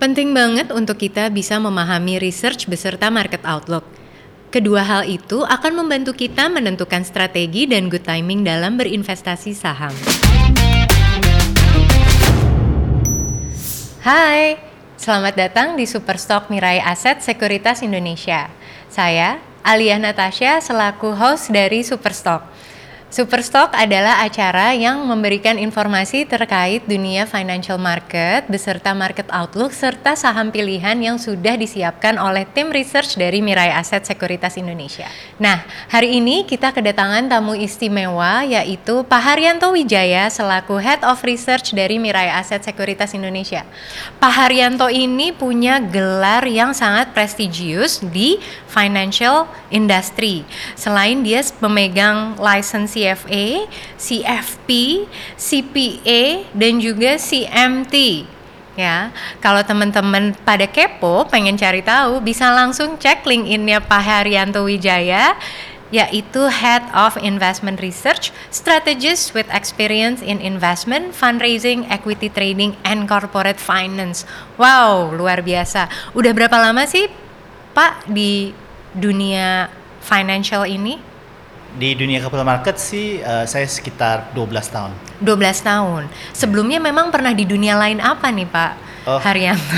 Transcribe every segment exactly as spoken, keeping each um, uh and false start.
Penting banget untuk kita bisa memahami research beserta market outlook. Kedua hal itu akan membantu kita menentukan strategi dan good timing dalam berinvestasi saham. Hai, selamat datang di Superstock Mirai Aset Sekuritas Indonesia. Saya, Alia Natasha, selaku host dari Superstock. Superstock adalah acara yang memberikan informasi terkait dunia financial market beserta market outlook serta saham pilihan yang sudah disiapkan oleh tim research dari Mirai Aset Sekuritas Indonesia. Nah, hari ini kita kedatangan tamu istimewa yaitu Pak Haryanto Wijaya selaku Head of Research dari Mirai Aset Sekuritas Indonesia. Pak Haryanto ini punya gelar yang sangat prestigious di financial industry. Selain dia memegang license C F A, C F P, C P A, dan juga C M T. Ya, kalau teman-teman pada kepo, pengen cari tahu, bisa langsung cek LinkedIn-nya Pak Haryanto Wijaya, yaitu Head of Investment Research, Strategist with Experience in Investment, Fundraising, Equity Trading, and Corporate Finance. Wow, luar biasa. Udah berapa lama sih, Pak, di dunia financial ini? Di dunia capital market sih uh, saya sekitar dua belas tahun. dua belas tahun. Sebelumnya memang pernah di dunia lain apa nih Pak Oh. Haryanto?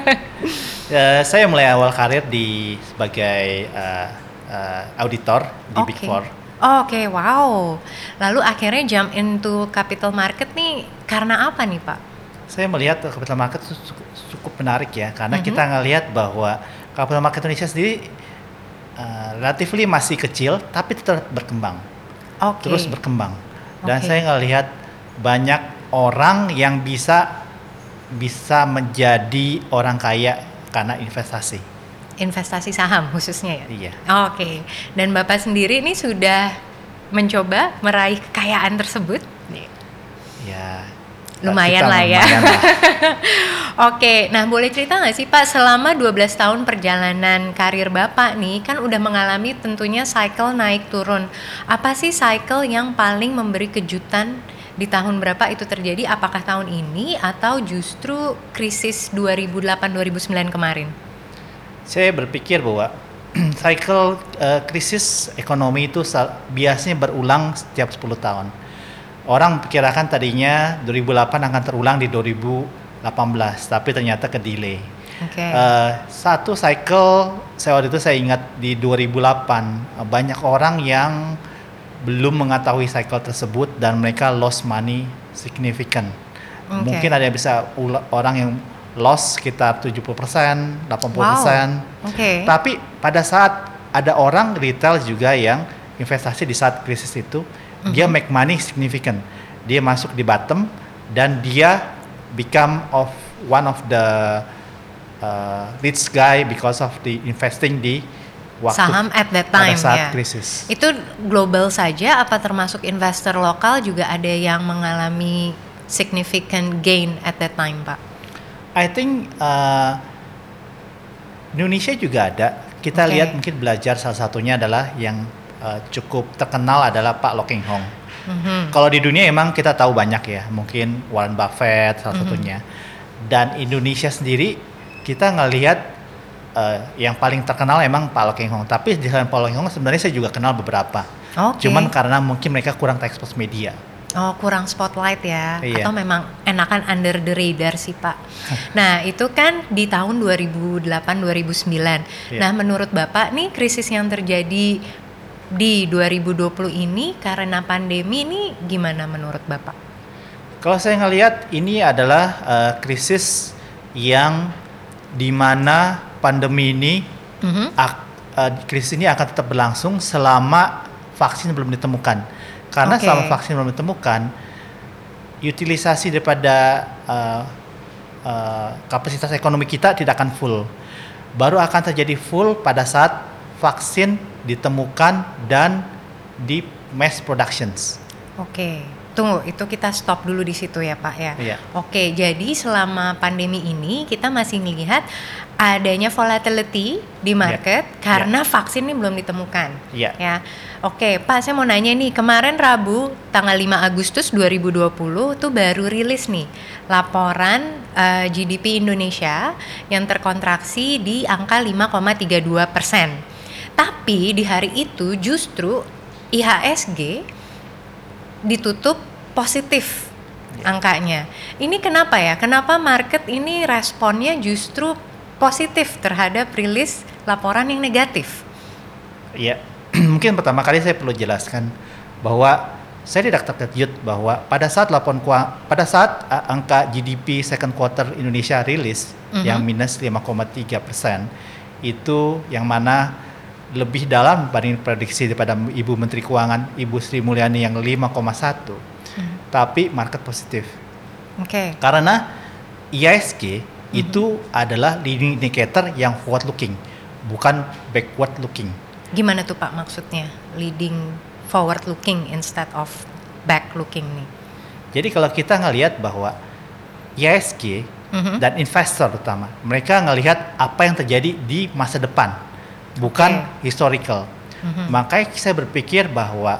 uh, saya mulai awal karir di sebagai uh, uh, auditor di Big Oke. Four. Oh, Oke, okay, wow. Lalu akhirnya jump into capital market nih karena apa nih Pak? Saya melihat uh, capital market cukup, cukup menarik ya, karena Mm-hmm. kita ngelihat bahwa capital market Indonesia sendiri uh, relatively masih kecil, tapi tetap berkembang. Oke. Terus berkembang. Dan Oke. saya ngelihat banyak orang yang bisa bisa menjadi orang kaya karena investasi. Investasi saham khususnya ya? Iya. Oke. Dan Bapak sendiri ini sudah mencoba meraih kekayaan tersebut? Ya. Lumayan kita lah ya. lumayan lah. Oke, nah boleh cerita nggak sih Pak, selama dua belas tahun perjalanan karir Bapak nih, kan udah mengalami tentunya cycle naik turun. Apa sih cycle yang paling memberi kejutan di tahun berapa itu terjadi? Apakah tahun ini atau justru krisis dua ribu delapan dua ribu sembilan kemarin? Saya berpikir bahwa cycle uh, krisis ekonomi itu sal- biasanya berulang setiap sepuluh tahun. Orang perkirakan tadinya dua ribu delapan akan terulang di dua ribu delapan belas, tapi ternyata ke delay. Oke. Uh, satu cycle, saya waktu itu saya ingat di dua ribu delapan, uh, banyak orang yang belum mengetahui cycle tersebut dan mereka lost money significant. Oke. Mungkin ada yang bisa ula- orang yang loss sekitar tujuh puluh persen, delapan puluh persen. Wow. Oke. Tapi pada saat ada orang retail juga yang investasi di saat krisis itu, mm-hmm. dia make money significant. Dia masuk di bottom dan dia become of one of the uh, rich guy because of the investing di waktu Saham at that time pada saat ya. krisis. Itu global saja apa termasuk investor lokal juga ada yang mengalami significant gain at that time, Pak? I think uh, Indonesia juga ada. Kita Okay. lihat mungkin belajar salah satunya adalah yang uh, cukup terkenal adalah Pak Loh Keng Hong. Mm-hmm. Kalau di dunia emang kita tahu banyak ya, mungkin Warren Buffett salah Mhm. satunya. Dan Indonesia sendiri kita ngelihat uh, yang paling terkenal emang Pak Loh Keng Hong. Tapi di selain Pak Loh Keng Hong sebenarnya saya juga kenal beberapa. Oke. Cuman karena mungkin mereka kurang terekspos media. Oh, kurang spotlight ya? Iya. Atau memang enakan under the radar sih, Pak? Nah, itu kan di tahun dua ribu delapan dua ribu sembilan. Iya. Nah, menurut Bapak nih krisis yang terjadi di dua ribu dua puluh ini karena pandemi ini gimana menurut Bapak? Kalau saya ngelihat ini adalah uh, krisis yang dimana pandemi ini Mhm. ak- uh, krisis ini akan tetap berlangsung selama vaksin belum ditemukan. Karena Oke. selama vaksin belum ditemukan, utilisasi daripada uh, uh, kapasitas ekonomi kita tidak akan full. Baru akan terjadi full pada saat vaksin ditemukan dan di mass productions. Oke. Tunggu, itu kita stop dulu di situ ya Pak ya. Iya. Oke, jadi selama pandemi ini kita masih melihat adanya volatility di market Iya. karena vaksin ini belum ditemukan. Iya. Ya. Oke, Pak, saya mau nanya nih, kemarin Rabu tanggal lima Agustus dua ribu dua puluh tuh baru rilis nih laporan uh, G D P Indonesia yang terkontraksi di angka lima koma tiga dua persen. Tapi di hari itu justru I H S G ditutup positif angkanya. Ini kenapa ya? Kenapa market ini responnya justru positif terhadap rilis laporan yang negatif? Iya, mungkin pertama kali saya perlu jelaskan bahwa saya tidak terkejut bahwa pada saat laporan pada saat uh, angka G D P second quarter Indonesia rilis mm-hmm. yang minus lima koma tiga persen itu yang mana lebih dalam dibanding prediksi daripada Ibu Menteri Keuangan Ibu Sri Mulyani yang lima koma satu, hmm. tapi market positif. Oke. Okay. Karena I H S G hmm. itu adalah leading indicator yang forward looking, bukan backward looking. Gimana tuh Pak maksudnya leading forward looking instead of back looking nih? Jadi kalau kita ngelihat bahwa I H S G hmm. dan investor terutama, mereka ngelihat apa yang terjadi di masa depan, bukan okay. historical. Mm-hmm. Makanya saya berpikir bahwa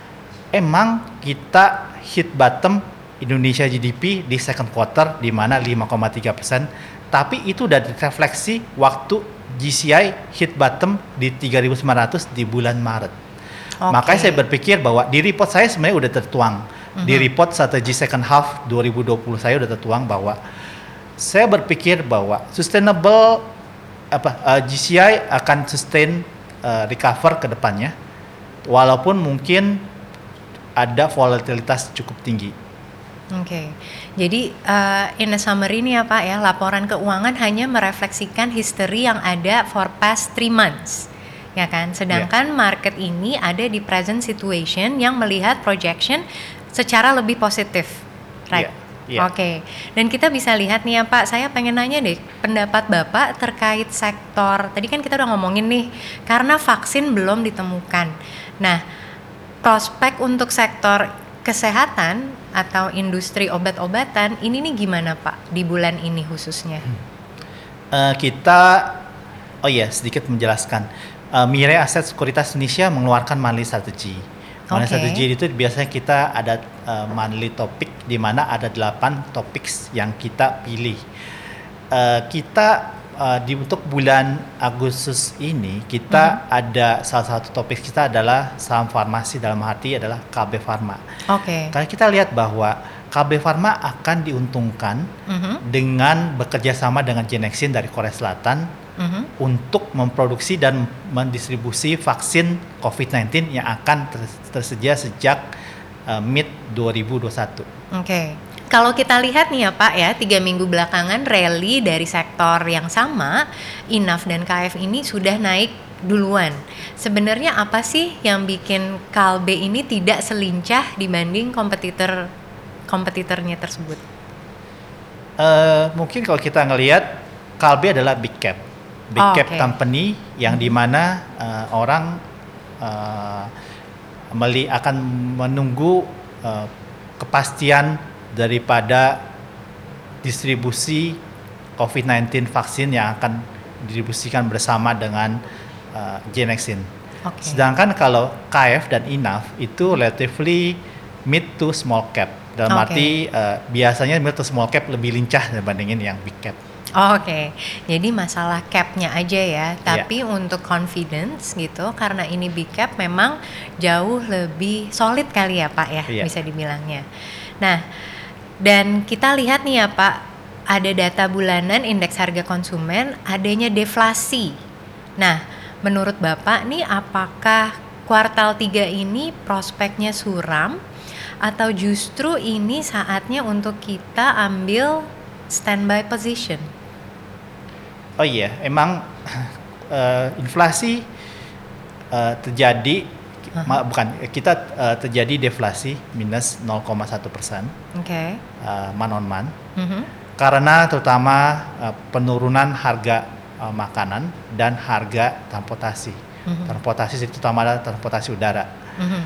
emang kita hit bottom Indonesia G D P di second quarter di mana lima koma tiga persen, tapi itu udah direfleksi waktu G C I hit bottom di tiga ribu sembilan ratus di bulan Maret. Okay. Makanya saya berpikir bahwa di report saya sebenarnya udah tertuang. Mm-hmm. Di report strategi second half dua ribu dua puluh saya udah tertuang bahwa saya berpikir bahwa sustainable apa uh, G C I akan sustain uh, recover ke depannya walaupun mungkin ada volatilitas cukup tinggi. Oke, okay. Jadi uh, in a summary nih ya Pak ya, laporan keuangan hanya merefleksikan history yang ada for past three months, ya kan? Sedangkan yeah. market ini ada di present situation yang melihat projection secara lebih positif, right? Yeah. Yeah. Oke, okay. Dan kita bisa lihat nih ya Pak, saya pengen nanya deh pendapat Bapak terkait sektor, tadi kan kita udah ngomongin nih, karena vaksin belum ditemukan. Nah, prospek untuk sektor kesehatan atau industri obat-obatan, ini nih gimana Pak di bulan ini khususnya? Uh, kita, oh iya sedikit menjelaskan, uh, Mirai Aset Sekuritas Indonesia mengeluarkan monthly strategy. Monthly okay. strategy itu biasanya kita ada uh, monthly topik di mana ada delapan topik yang kita pilih. Uh, kita uh, di untuk bulan Agustus ini kita mm-hmm. ada salah satu topik kita adalah saham farmasi, dalam arti adalah K B Pharma. Oke. Okay. Karena kita lihat bahwa K B Pharma akan diuntungkan mm-hmm. dengan bekerja sama dengan Genexin dari Korea Selatan mm-hmm. untuk memproduksi dan mendistribusi vaksin covid sembilan belas yang akan tersedia sejak uh, mid dua ribu dua puluh satu. Oke. Okay. Kalau kita lihat nih ya Pak ya, tiga minggu belakangan rally dari sektor yang sama, I N A F dan K F ini sudah naik duluan. Sebenarnya apa sih yang bikin Kalbe ini tidak selincah dibanding kompetitor kompetitornya tersebut? Uh, mungkin kalau kita ngelihat Kalbe adalah big cap, big oh, cap okay. company yang hmm. dimana uh, orang uh, meli akan menunggu uh, kepastian daripada distribusi covid sembilan belas vaksin yang akan didistribusikan bersama dengan uh, Genexin. Okay. Sedangkan kalau K F dan I N A F itu relatively mid to small cap. Dalam okay. arti uh, biasanya mid to small cap lebih lincah dibandingin yang big cap. Oh, Oke, okay. Jadi masalah capnya aja ya, tapi yeah. untuk confidence gitu, karena ini big cap memang jauh lebih solid kali ya Pak ya, yeah. bisa dibilangnya. Nah, dan kita lihat nih ya Pak, ada data bulanan indeks harga konsumen, adanya deflasi. Nah, menurut Bapak nih apakah kuartal tiga ini prospeknya suram atau justru ini saatnya untuk kita ambil standby position? Oh iya, emang uh, inflasi uh, terjadi, uh-huh. ma- bukan kita uh, terjadi deflasi minus nol koma satu persen, okay. uh, month on month, uh-huh. karena terutama uh, penurunan harga uh, makanan dan harga transportasi. Uh-huh. Transportasi itu terutama adalah transportasi udara. Uh-huh.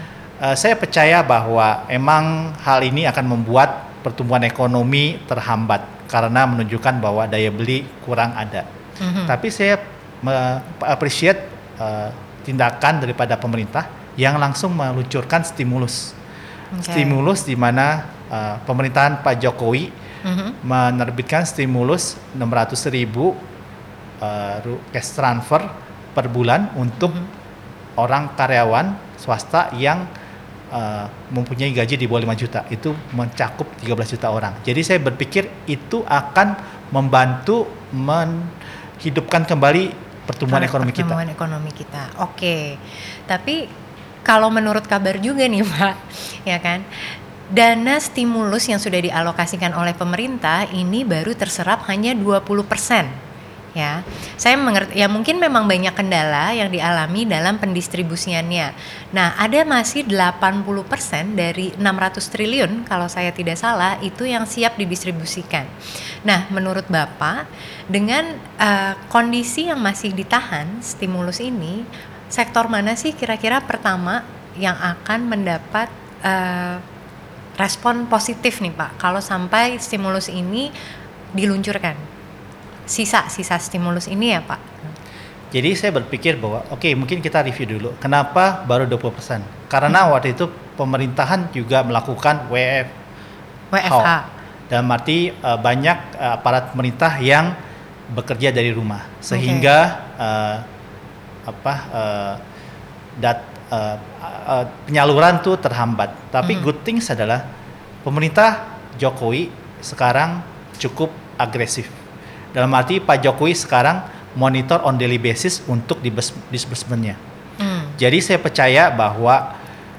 uh, saya percaya bahwa emang hal ini akan membuat pertumbuhan ekonomi terhambat karena menunjukkan bahwa daya beli kurang ada. Mm-hmm. Tapi saya appreciate uh, tindakan daripada pemerintah yang langsung meluncurkan stimulus. Okay. Stimulus di mana uh, pemerintahan Pak Jokowi mm-hmm. menerbitkan stimulus enam ratus ribu uh, cash transfer per bulan untuk mm-hmm. orang karyawan swasta yang uh, mempunyai gaji di bawah lima juta. Itu mencakup tiga belas juta orang. Jadi saya berpikir itu akan membantu menghidupkan kembali pertumbuhan ekonomi kita. Pertumbuhan ekonomi kita. Oke. Tapi kalau menurut kabar juga nih Pak, ya kan, dana stimulus yang sudah dialokasikan oleh pemerintah ini baru terserap hanya dua puluh persen. Ya, saya mengerti. Ya mungkin memang banyak kendala yang dialami dalam pendistribusiannya. Nah, ada masih delapan puluh persen dari enam ratus triliun kalau saya tidak salah itu yang siap didistribusikan. Nah, menurut Bapak, dengan uh, kondisi yang masih ditahan stimulus ini, sektor mana sih kira-kira pertama yang akan mendapat uh, respon positif nih Pak kalau sampai stimulus ini diluncurkan? Sisa-sisa stimulus ini ya Pak. Jadi saya berpikir bahwa oke okay, mungkin kita review dulu. Kenapa baru dua puluh persen? Karena hmm. waktu itu pemerintahan juga melakukan W F H. Dalam arti uh, banyak uh, aparat pemerintah yang bekerja dari rumah sehingga okay. uh, apa uh, dat uh, uh, penyaluran tuh terhambat. Tapi hmm. good things adalah pemerintah Jokowi sekarang cukup agresif. Dalam arti Pak Jokowi sekarang monitor on daily basis untuk disbursement-nya. Hmm. Jadi saya percaya bahwa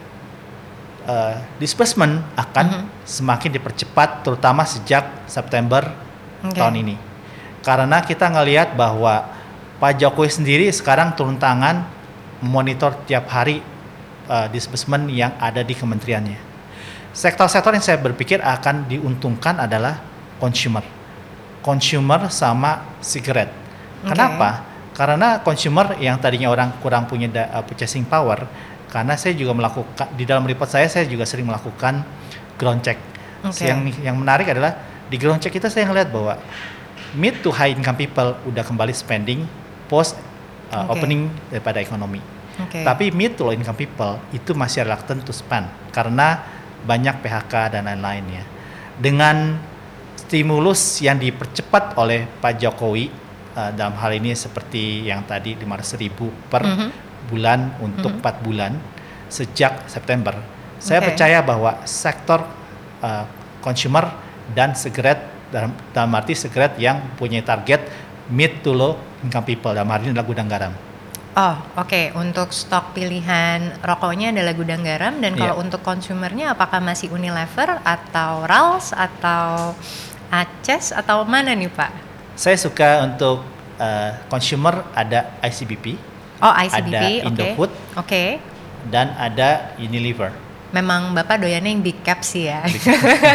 uh, disbursement akan hmm. semakin dipercepat terutama sejak September okay. tahun ini. Karena kita ngelihat bahwa Pak Jokowi sendiri sekarang turun tangan monitor tiap hari uh, disbursement yang ada di kementeriannya. Sektor-sektor yang saya berpikir akan diuntungkan adalah consumer. Consumer sama sigaret. Okay. Kenapa? Karena consumer yang tadinya orang kurang punya da, uh, purchasing power, karena saya juga melakukan di dalam report saya saya juga sering melakukan ground check. Okay. Yang yang menarik adalah di ground check kita saya ngelihat bahwa mid to high income people udah kembali spending post uh, okay. opening daripada ekonomi. Okay. Tapi mid to low income people itu masih reluctant to spend karena banyak P H K dan lain-lainnya. Dengan stimulus yang dipercepat oleh Pak Jokowi uh, dalam hal ini seperti yang tadi lima ratus ribu per mm-hmm. bulan untuk mm-hmm. empat bulan sejak September. Saya okay. percaya bahwa sektor uh, consumer dan sigaret dalam, dalam arti sigaret yang punya target mid to low income people, dalam arti adalah gudang garam. Oh oke, okay. Untuk stok pilihan rokoknya adalah gudang garam dan kalau yeah. untuk konsumernya apakah masih Unilever atau Ralls atau Aces atau mana nih Pak? Saya suka untuk uh, consumer ada I C B P, oh I C B P, ada Indofood, oke, okay. okay. dan ada Unilever. Memang Bapak doyannya yang big cap sih ya. Oke,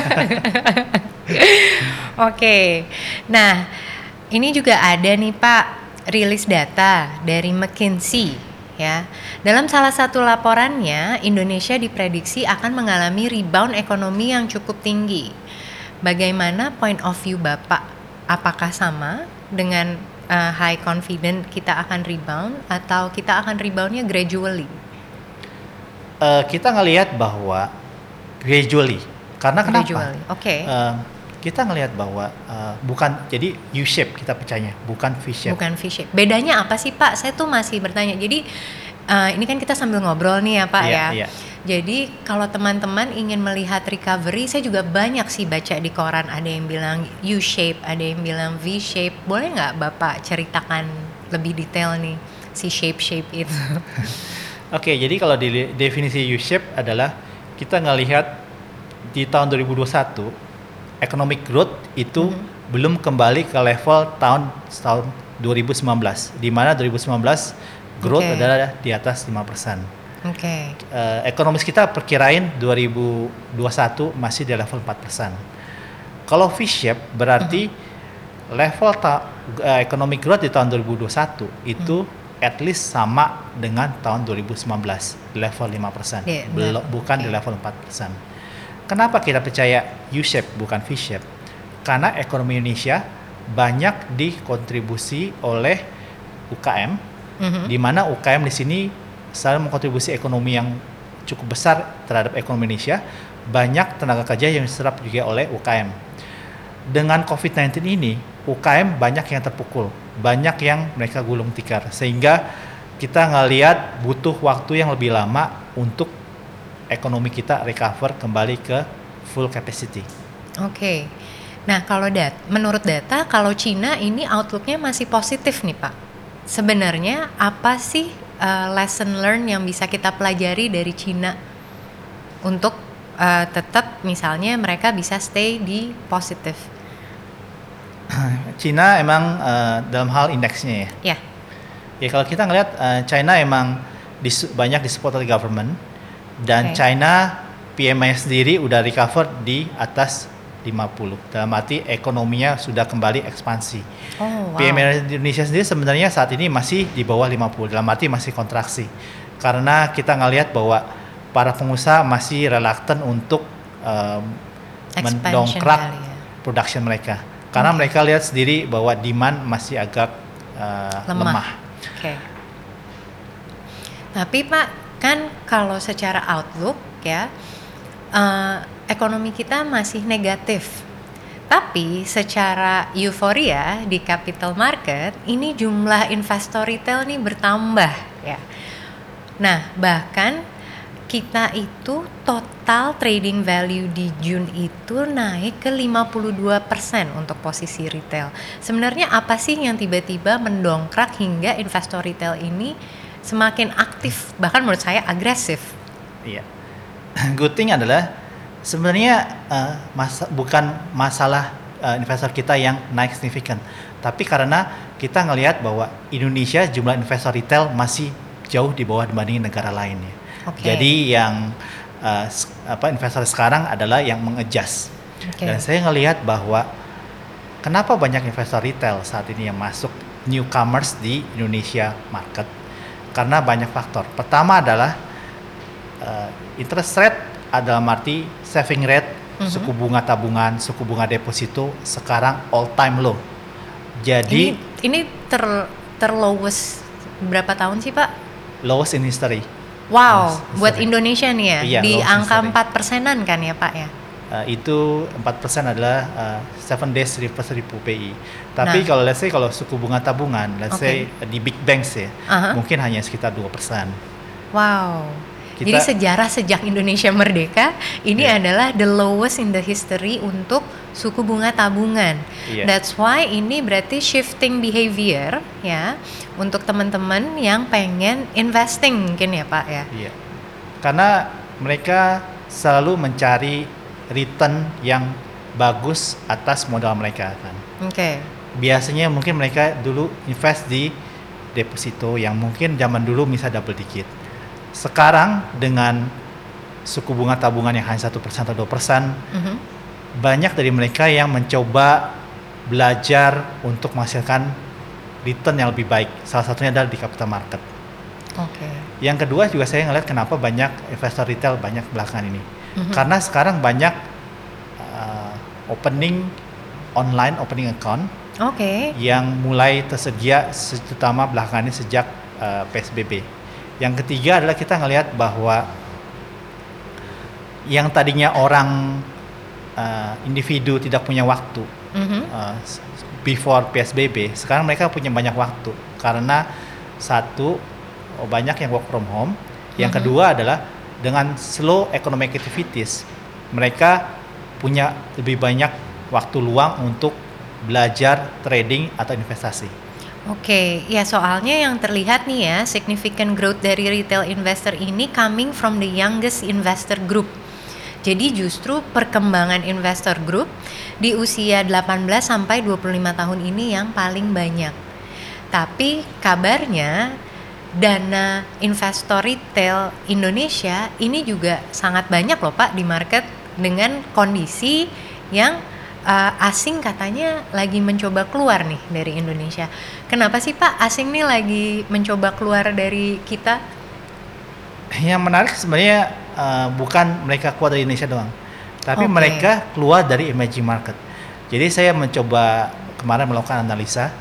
okay. Nah ini juga ada nih Pak rilis data dari McKinsey. Ya, dalam salah satu laporannya Indonesia diprediksi akan mengalami rebound ekonomi yang cukup tinggi. Bagaimana point of view Bapak? Apakah sama dengan uh, high confident kita akan rebound atau kita akan reboundnya gradually? Uh, kita ngelihat bahwa gradually. Karena kenapa? Oke. Okay. Uh, kita ngelihat bahwa uh, bukan jadi U-shape kita percaya, bukan V-shape. Bukan V-shape. Bedanya apa sih Pak? Saya tuh masih bertanya. Jadi uh, ini kan kita sambil ngobrol nih ya Pak yeah, ya. Yeah. Jadi kalau teman-teman ingin melihat recovery, saya juga banyak sih baca di koran, ada yang bilang U-shape, ada yang bilang V-shape. Boleh nggak Bapak ceritakan lebih detail nih si shape-shape itu? Oke, okay, jadi kalau di definisi U-shape adalah kita ngelihat di tahun dua ribu dua puluh satu economic growth itu mm-hmm. belum kembali ke level tahun tahun dua ribu sembilan belas, di mana dua ribu sembilan belas growth okay. adalah di atas lima persen. Oke. Okay. Uh, ekonomis kita perkirain dua ribu dua puluh satu masih di level empat persen. Kalau V-shape berarti mm-hmm. level ta- uh, economic growth di tahun dua ribu dua puluh satu itu mm-hmm. at least sama dengan tahun dua ribu sembilan belas, level lima persen. Yeah, Belum, yeah. bukan Okay. di level empat persen. Kenapa kita percaya U-shape bukan V-shape? Karena ekonomi Indonesia banyak dikontribusi oleh U K M, Mhm. di mana U K M di sini selalu mengkontribusi ekonomi yang cukup besar terhadap ekonomi Indonesia. Banyak tenaga kerja yang diserap juga oleh U K M. Dengan covid sembilan belas ini, U K M banyak yang terpukul, banyak yang mereka gulung tikar, sehingga kita ngelihat butuh waktu yang lebih lama untuk ekonomi kita recover kembali ke full capacity. Oke. Okay. Nah, kalau dat menurut data, kalau Cina ini outlook-nya masih positif nih Pak. Sebenarnya apa sih uh, lesson learn yang bisa kita pelajari dari Cina untuk uh, tetap misalnya mereka bisa stay di positif? Cina emang uh, dalam hal indeksnya ya. Ya. Ya kalau kita ngelihat uh, China emang dis- banyak disupport oleh government, dan Okay. China P M I sendiri udah recover di atas lima puluh. Dalam arti ekonominya sudah kembali ekspansi. Oh, wow. P M I Indonesia sendiri sebenarnya saat ini masih di bawah lima puluh, dalam arti masih kontraksi. Karena kita ngelihat bahwa para pengusaha masih reluctant untuk um, Expansion mendongkrak kali ya. production mereka. Karena Okay. mereka lihat sendiri bahwa demand masih agak uh, Lemah. lemah. Oke. Okay. Tapi Pak, kan kalau secara outlook ya, uh, ekonomi kita masih negatif. Tapi secara euforia di capital market, ini jumlah investor retail nih bertambah ya. Nah, bahkan kita itu total trading value di June itu naik ke lima puluh dua persen untuk posisi retail. Sebenarnya apa sih yang tiba-tiba mendongkrak hingga investor retail ini semakin aktif, bahkan menurut saya agresif? Iya. Good thing adalah sebenarnya uh, masa, bukan masalah uh, investor kita yang naik signifikan, tapi karena kita ngelihat bahwa Indonesia jumlah investor retail masih jauh di bawah dibanding negara lainnya. Okay. Jadi yang uh, apa investor sekarang adalah yang mengadjust. Okay. Dan saya ngelihat bahwa kenapa banyak investor retail saat ini yang masuk newcomers di Indonesia market, karena banyak faktor. Pertama adalah uh, interest rate adalah arti saving rate, mm-hmm. suku bunga tabungan, suku bunga deposito sekarang all time low. Jadi ini, ini ter terlowest berapa tahun sih Pak? Lowest in history. Wow, Lowest buat history. Indonesia nih ya, Iya, di lowest angka history. empat persenan kan ya Pak ya? Uh, itu empat persen adalah uh, seven days reverse repo P I. Tapi Nah. kalau let's say kalau suku bunga tabungan, let's Okay. say uh, di big banks ya, Aha. mungkin hanya sekitar dua persen. Wow. Kita- Jadi sejarah sejak Indonesia merdeka ini Yeah. adalah the lowest in the history untuk suku bunga tabungan. Yeah. That's why ini berarti shifting behavior ya untuk teman-teman yang pengen investing mungkin ya Pak ya. Iya. Karena mereka selalu mencari return yang bagus atas modal mereka kan. Oke. Biasanya mungkin mereka dulu invest di deposito yang mungkin zaman dulu bisa double digit. Sekarang dengan suku bunga tabungan yang hanya satu persen atau dua persen, Mhm. banyak dari mereka yang mencoba belajar untuk menghasilkan return yang lebih baik. Salah satunya adalah di capital market. Oke. Yang kedua juga saya ngeliat kenapa banyak investor retail banyak belakangan ini. Mhm. Karena sekarang banyak uh, opening online opening account Oke. yang mulai tersedia, terutama belakangan ini sejak uh, P S B B. Yang ketiga adalah kita ngelihat bahwa yang tadinya orang uh, individu tidak punya waktu Mhm. uh, before P S B B, sekarang mereka punya banyak waktu karena satu, oh, banyak yang work from home. Yang Mhm. kedua adalah dengan slow economic activities, mereka punya lebih banyak waktu luang untuk belajar trading atau investasi. Oke, ya soalnya yang terlihat nih ya, significant growth dari retail investor ini coming from the youngest investor group. Jadi justru perkembangan investor group di usia delapan belas sampai dua puluh lima tahun ini yang paling banyak. Tapi kabarnya dana investor retail Indonesia ini juga sangat banyak loh Pak di market dengan kondisi yang uh, asing katanya lagi mencoba keluar nih dari Indonesia. Kenapa sih Pak asing nih lagi mencoba keluar dari kita? Yang menarik sebenarnya uh, bukan mereka keluar dari Indonesia doang, tapi Oke. mereka keluar dari emerging market. Jadi saya mencoba kemarin melakukan analisa,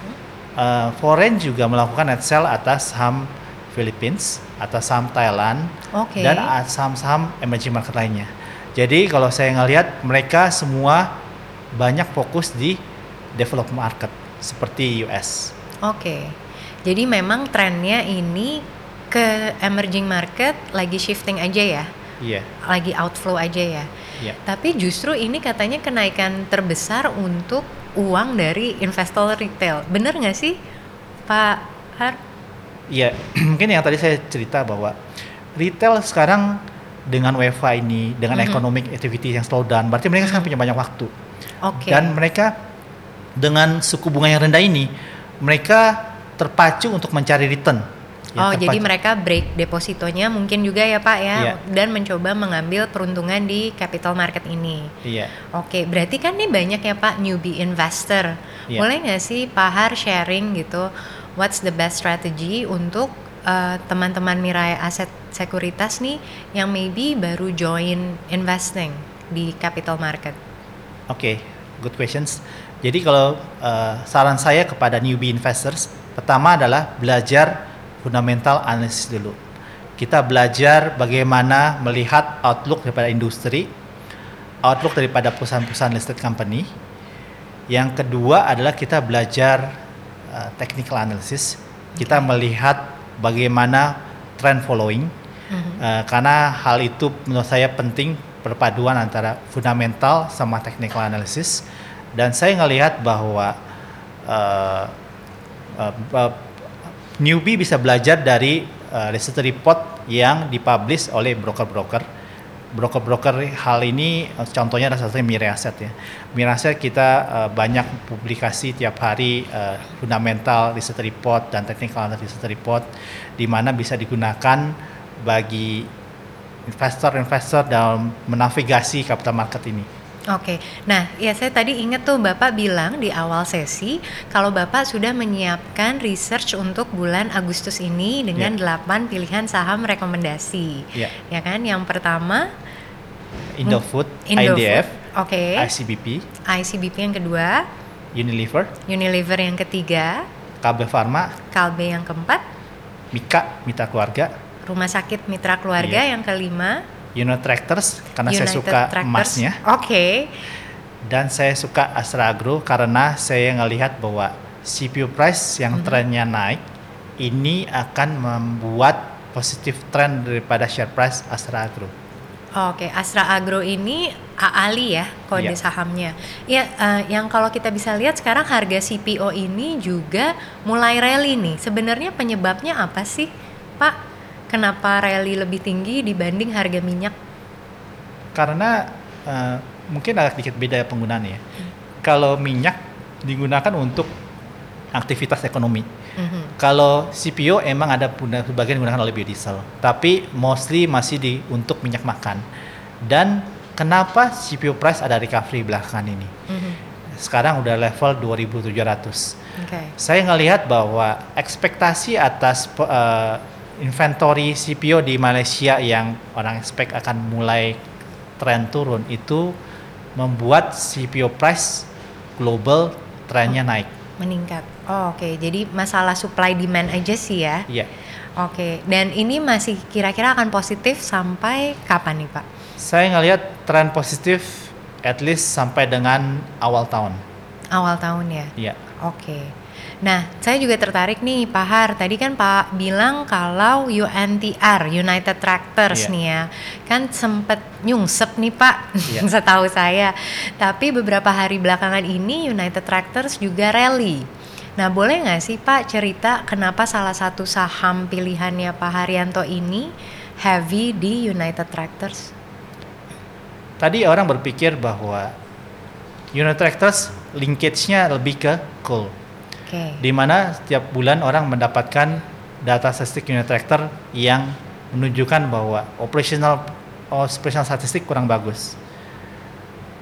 uh, foreign juga melakukan net sell atas saham Philippines, atas saham Thailand, Oke. dan uh, saham-saham emerging market lainnya. Jadi kalau saya ngelihat mereka semua banyak fokus di developed market seperti U S. Oke. Jadi memang trennya ini ke emerging market lagi shifting aja ya, Iya, lagi outflow aja ya. iya. Tapi justru ini katanya kenaikan terbesar untuk uang dari investor retail. Bener nggak sih, Pak Har? Iya, mungkin yang tadi saya cerita bahwa retail sekarang dengan W F H ini, dengan Mhm. economic activity yang slow down, berarti mereka sekarang punya banyak waktu. Oke. Dan mereka dengan suku bunga yang rendah ini, mereka terpacu untuk mencari return. Ya, Oh, jadi terpacu. mereka break depositonya mungkin juga ya Pak ya, Iya. dan mencoba mengambil peruntungan di capital market ini. Iya, Oke, berarti kan nih banyak ya Pak newbie investor. Iya. Boleh nggak sih Pak Har sharing gitu, what's the best strategy untuk uh, teman-teman Mirai Aset Sekuritas nih yang maybe baru join investing di capital market? oke, good questions. Jadi kalau uh, saran saya kepada newbie investors, pertama adalah belajar fundamental analysis dulu. Kita belajar bagaimana melihat outlook daripada industri, outlook daripada perusahaan-perusahaan listed company. Yang kedua adalah kita belajar uh, technical analysis. Kita melihat bagaimana trend following. Mhm. Uh, karena hal itu menurut saya penting, perpaduan antara fundamental sama technical analysis. Dan saya ngelihat bahwa uh, uh, uh, newbie bisa belajar dari uh, research report yang dipublish oleh broker-broker. Broker-broker hal ini uh, contohnya adalah salah satunya Mirai Asset ya. Mirai Asset kita uh, banyak publikasi tiap hari uh, fundamental research report dan technical analysis report, di mana bisa digunakan bagi investor-investor dalam menavigasi capital market ini. Oke, nah ya saya tadi ingat tuh Bapak bilang di awal sesi kalau Bapak sudah menyiapkan research untuk bulan Agustus ini dengan Iya. delapan pilihan saham rekomendasi. Iya. Ya kan, yang pertama Indofood, I D Indofood, F, oke, I C B P, I C B P yang kedua, Unilever, Unilever yang ketiga, K B Pharma, Kalbe yang keempat, Mika, Mitra Keluarga, Rumah Sakit Mitra Keluarga Iya. yang kelima, United Tractors karena saya United suka Tractors. emasnya, Oke. dan saya suka Astra Agro karena saya ngelihat bahwa C P U price yang trennya naik ini akan membuat positif trend daripada share price Astra Agro. Oke, Astra Agro ini A A L I ya kode Iya. sahamnya. Ya, eh, yang kalau kita bisa lihat sekarang harga C P O ini juga mulai rally nih. Sebenarnya penyebabnya apa sih, Pak? Kenapa rally lebih tinggi dibanding harga minyak? Karena uh, mungkin agak sedikit beda penggunaannya. Kalau minyak digunakan untuk aktivitas ekonomi. Mhm. Kalau C P O emang ada puna- sebagian digunakan oleh biodiesel, tapi mostly masih di untuk minyak makan. Dan kenapa C P O price ada recovery belakangan ini? Mhm. Sekarang udah level dua ribu tujuh ratus. Oke. Saya ngelihat bahwa ekspektasi atas uh, inventory C P O di Malaysia yang orang expect akan mulai tren turun itu membuat C P O price global trennya naik. Meningkat. Oh, oke. Jadi masalah supply demand aja sih ya. Iya. Oke. Dan ini masih kira-kira akan positif sampai kapan nih, Pak? Saya ngelihat tren positif at least sampai dengan awal tahun. Awal tahun ya. Iya. Oke. Nah, saya juga tertarik nih, Pak Har. Tadi kan Pak bilang kalau U N T R, United Tractors Iya. nih ya, kan sempet nyungsep nih Pak, Iya. setahu saya. Tapi beberapa hari belakangan ini United Tractors juga rally. Nah, boleh nggak sih Pak cerita kenapa salah satu saham pilihannya Pak Haryanto ini heavy di United Tractors? Tadi orang berpikir bahwa United Tractors linkage-nya lebih ke coal. Oke. Di mana setiap bulan orang mendapatkan data statistik United Tractor yang menunjukkan bahwa operational operational statistik kurang bagus.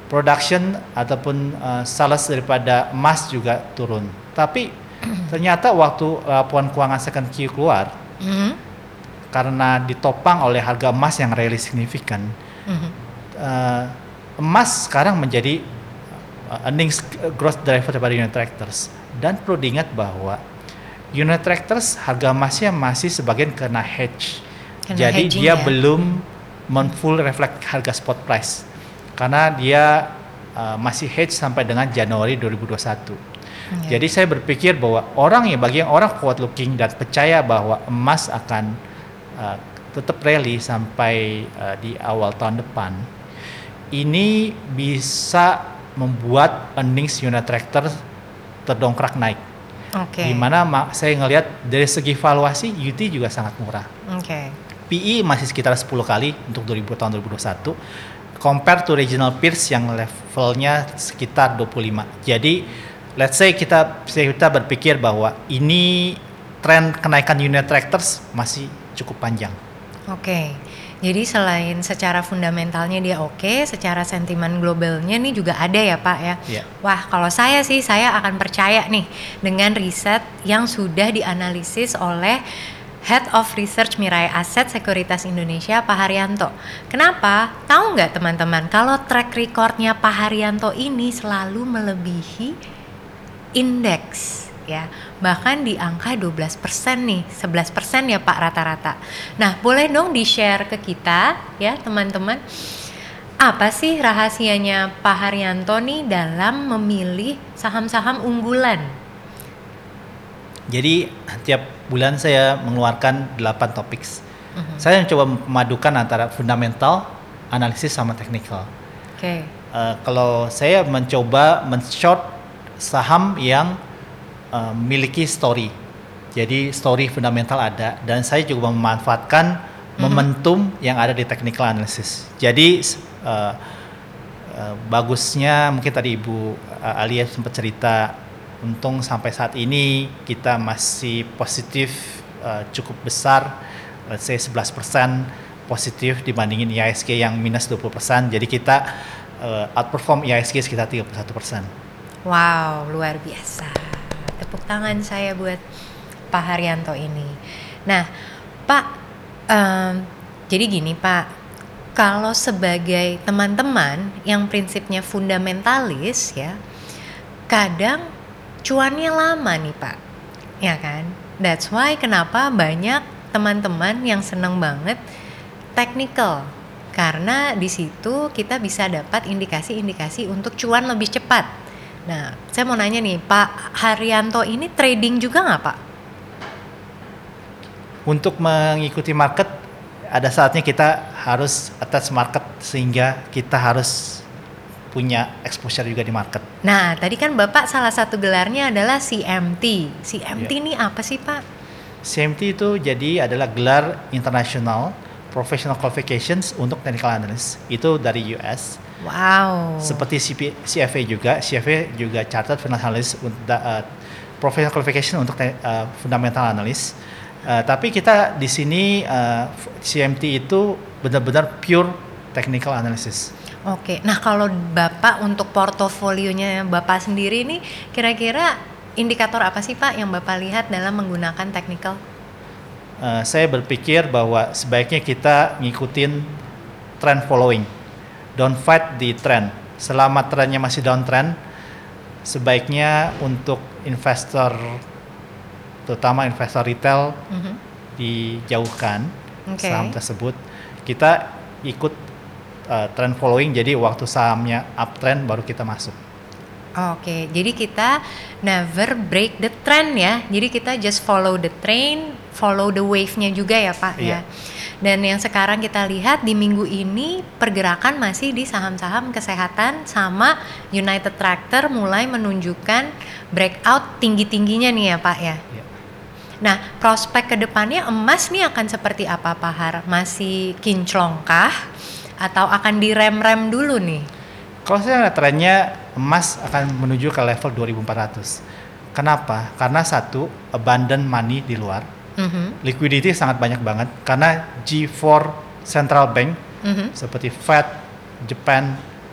production ataupun uh, sales daripada emas juga turun. Tapi ternyata waktu laporan keuangan second Q keluar, mm-hmm. karena ditopang oleh harga emas yang really signifikan, mm-hmm. uh, emas sekarang menjadi uh, earnings growth driver daripada unit tractors. Dan perlu diingat bahwa unit tractors harga emasnya masih sebagian kena hedge. Kena Jadi dia ya? belum men-full reflect harga spot price. Karena dia uh, masih hedge sampai dengan Januari dua ribu dua puluh satu. Okay. Jadi saya berpikir bahwa orang yang bagi yang orang forward looking dan percaya bahwa emas akan uh, tetap rally sampai uh, di awal tahun depan, ini bisa membuat earnings unit tractor terdongkrak naik. Okay. Dimana ma- saya ngelihat dari segi valuasi U T juga sangat murah. Okay. P E masih sekitar sepuluh kali untuk dua ribu, tahun dua ribu dua puluh satu. Compare to regional peers yang levelnya sekitar dua puluh lima. Jadi let's say kita kita berpikir bahwa ini tren kenaikan unit tractors masih cukup panjang. Oke. Okay. Jadi selain secara fundamentalnya dia oke, okay, secara sentimen globalnya nih juga ada ya Pak ya. Yeah. Wah, kalau saya sih saya akan percaya nih dengan riset yang sudah dianalisis oleh Head of Research Mirai Asset Sekuritas Indonesia, Pak Haryanto. Kenapa? Tahu nggak teman-teman, kalau track recordnya Pak Haryanto ini selalu melebihi indeks ya, bahkan di angka dua belas persen nih, sebelas persen ya Pak rata-rata. Nah, boleh dong di-share ke kita ya teman-teman, apa sih rahasianya Pak Haryanto nih dalam memilih saham-saham unggulan? Jadi tiap bulan saya mengeluarkan delapan topik. Uh-huh. Saya mencoba memadukan antara fundamental, analisis sama technical. Oke. Okay. Uh, kalau saya mencoba men-short saham yang uh, memiliki story. Jadi story fundamental ada, dan saya juga memanfaatkan uh-huh. momentum yang ada di technical analysis. Jadi uh, uh, bagusnya mungkin tadi Ibu uh, Alia sempat cerita, untung sampai saat ini kita masih positif uh, cukup besar, let's say sebelas persen positif dibandingin I I S G yang minus dua puluh persen. Jadi kita uh, outperform I I S G sekitar tiga puluh satu persen. Wow, luar biasa. Tepuk tangan saya buat Pak Haryanto ini. Nah, Pak, um, jadi gini Pak, kalau sebagai teman-teman yang prinsipnya fundamentalis ya, kadang cuannya lama nih Pak, ya kan? That's why kenapa banyak teman-teman yang senang banget technical, karena di situ kita bisa dapat indikasi-indikasi untuk cuan lebih cepat. Nah, saya mau nanya nih, Pak Haryanto ini trading juga nggak Pak? Untuk mengikuti market, ada saatnya kita harus attach market sehingga kita harus punya exposure juga di market. Nah, tadi kan Bapak salah satu gelarnya adalah C M T. C M T ini yeah. apa sih Pak? C M T itu jadi adalah gelar International Professional Qualifications untuk Technical Analyst. Itu dari U S. Wow. Seperti C P, C F A juga. C F A juga Chartered Financial Analyst, uh, Professional Qualification untuk uh, Fundamental Analyst. Uh, tapi kita di sini uh, C M T itu benar-benar pure Technical Analysis. Oke, nah kalau Bapak untuk portofolionya Bapak sendiri nih, kira-kira indikator apa sih Pak yang Bapak lihat dalam menggunakan technical? Uh, saya berpikir bahwa sebaiknya kita ngikutin trend following, don't fight the trend. Selama trennya masih downtrend, sebaiknya untuk investor, terutama investor retail, mm-hmm. dijauhkan okay. saham tersebut. Kita ikut Uh, trend following, jadi waktu sahamnya uptrend baru kita masuk. Oke, jadi kita never break the trend ya. Jadi kita just follow the train, follow the wave-nya juga ya Pak yeah. ya. Dan yang sekarang kita lihat di minggu ini pergerakan masih di saham-saham kesehatan sama United Tractor mulai menunjukkan breakout tinggi-tingginya nih ya Pak ya. Yeah. Nah, prospek kedepannya emas nih akan seperti apa Pak Har? Masih kinclongkah? Atau akan direm-rem dulu nih? Kalau saya lihat trennya emas akan menuju ke level dua ribu empat ratus. Kenapa? Karena satu, abundant money di luar. Mm-hmm. Liquidity sangat banyak banget. Karena G four central bank mm-hmm. seperti Fed, Japan,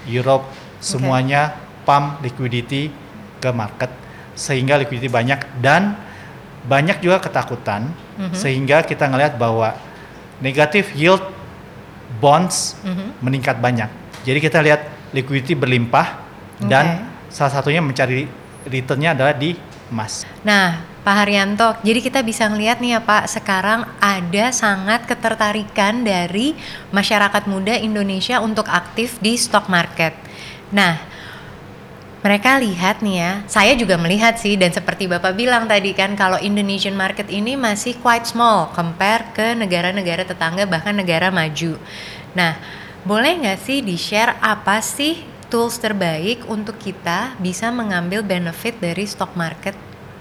Europe, semuanya pump liquidity ke market sehingga liquidity banyak dan banyak juga ketakutan mm-hmm. sehingga kita ngelihat bahwa negative yield bonds mm-hmm. meningkat banyak. Jadi kita lihat liquidity berlimpah okay. dan salah satunya mencari returnnya adalah di emas. Nah, Pak Haryanto, jadi kita bisa ngelihat nih ya Pak, sekarang ada sangat ketertarikan dari masyarakat muda Indonesia untuk aktif di stock market. Nah, mereka lihat nih ya, saya juga melihat sih, dan seperti Bapak bilang tadi kan, kalau Indonesian market ini masih quite small compare ke negara-negara tetangga, bahkan negara maju. Nah, boleh nggak sih di-share apa sih tools terbaik untuk kita bisa mengambil benefit dari stock market?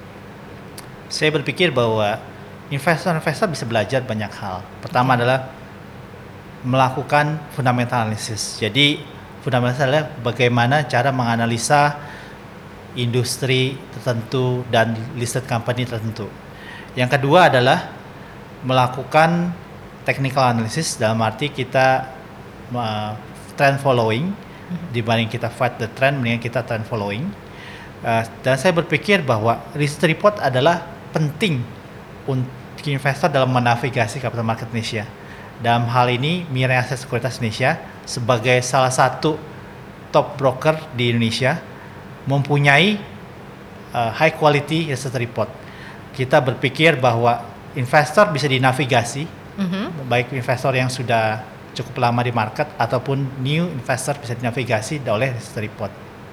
Saya berpikir bahwa investor-investor bisa belajar banyak hal. Pertama okay. adalah melakukan fundamental analysis. Jadi fundamental adalah bagaimana cara menganalisa industri tertentu dan listed company tertentu. Yang kedua adalah melakukan technical analysis, dalam arti kita uh, trend following, mm-hmm. dibanding kita fight the trend, mendingan kita trend following. Uh, dan saya berpikir bahwa research report adalah penting untuk investor dalam menavigasi capital market Indonesia. Dalam hal ini Mirae Asset Sekuritas Indonesia sebagai salah satu top broker di Indonesia mempunyai uh, high quality research report. Kita berpikir bahwa investor bisa dinavigasi, mm-hmm. baik investor yang sudah cukup lama di market ataupun new investor bisa dinavigasi oleh research report.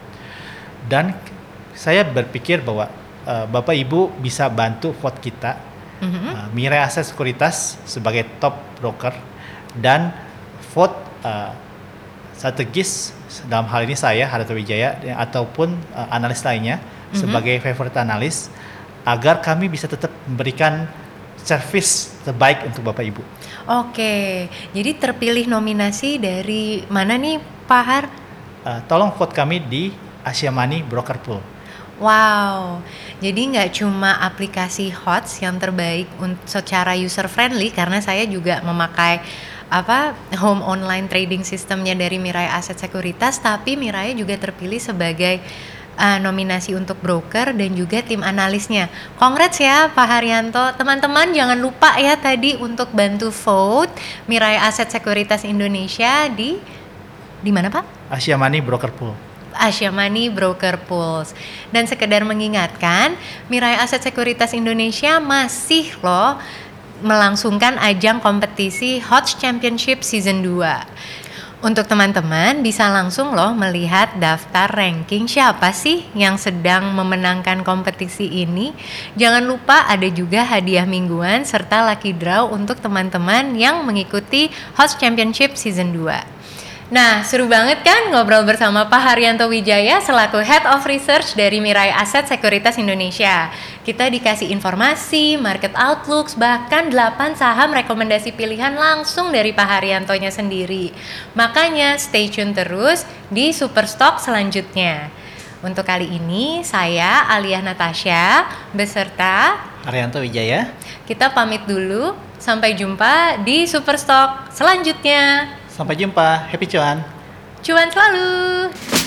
Dan saya berpikir bahwa uh, Bapak Ibu bisa bantu vote kita, mm-hmm. uh, Mirae Asset Sekuritas sebagai top broker, dan vote uh, strategis dalam hal ini saya Haryanto Wijaya ataupun uh, analis lainnya mm-hmm. sebagai favorite analis, agar kami bisa tetap memberikan service terbaik untuk Bapak Ibu. Oke, jadi terpilih nominasi dari mana nih Pak Har? Uh, tolong vote kami di Asia Money Broker Pool. Wow, jadi nggak cuma aplikasi H O T S yang terbaik untuk secara user friendly, karena saya juga memakai apa home online trading sistemnya dari Mirae Asset Sekuritas, tapi Mirae juga terpilih sebagai uh, nominasi untuk broker dan juga tim analisnya. Congrats ya Pak Haryanto. Teman-teman jangan lupa ya tadi untuk bantu vote Mirae Asset Sekuritas Indonesia di di mana Pak? Asia Money Broker Pool. Asia Money Broker Pools. Dan sekedar mengingatkan, Mirae Asset Sekuritas Indonesia masih loh melangsungkan ajang kompetisi H O T S Championship Season dua. Untuk teman-teman bisa langsung loh melihat daftar ranking siapa sih yang sedang memenangkan kompetisi ini. Jangan lupa ada juga hadiah mingguan serta lucky draw untuk teman-teman yang mengikuti H O T S Championship Season dua. Nah, seru banget kan ngobrol bersama Pak Haryanto Wijaya selaku Head of Research dari Mirae Asset Sekuritas Indonesia. Kita dikasih informasi, market outlooks, bahkan delapan saham rekomendasi pilihan langsung dari Pak Haryantonya sendiri. Makanya stay tune terus di Superstock selanjutnya. Untuk kali ini saya Aliyah Natasha beserta Haryanto Wijaya. Kita pamit dulu, sampai jumpa di Superstock selanjutnya. Sampai jumpa, happy cuan. Cuan selalu.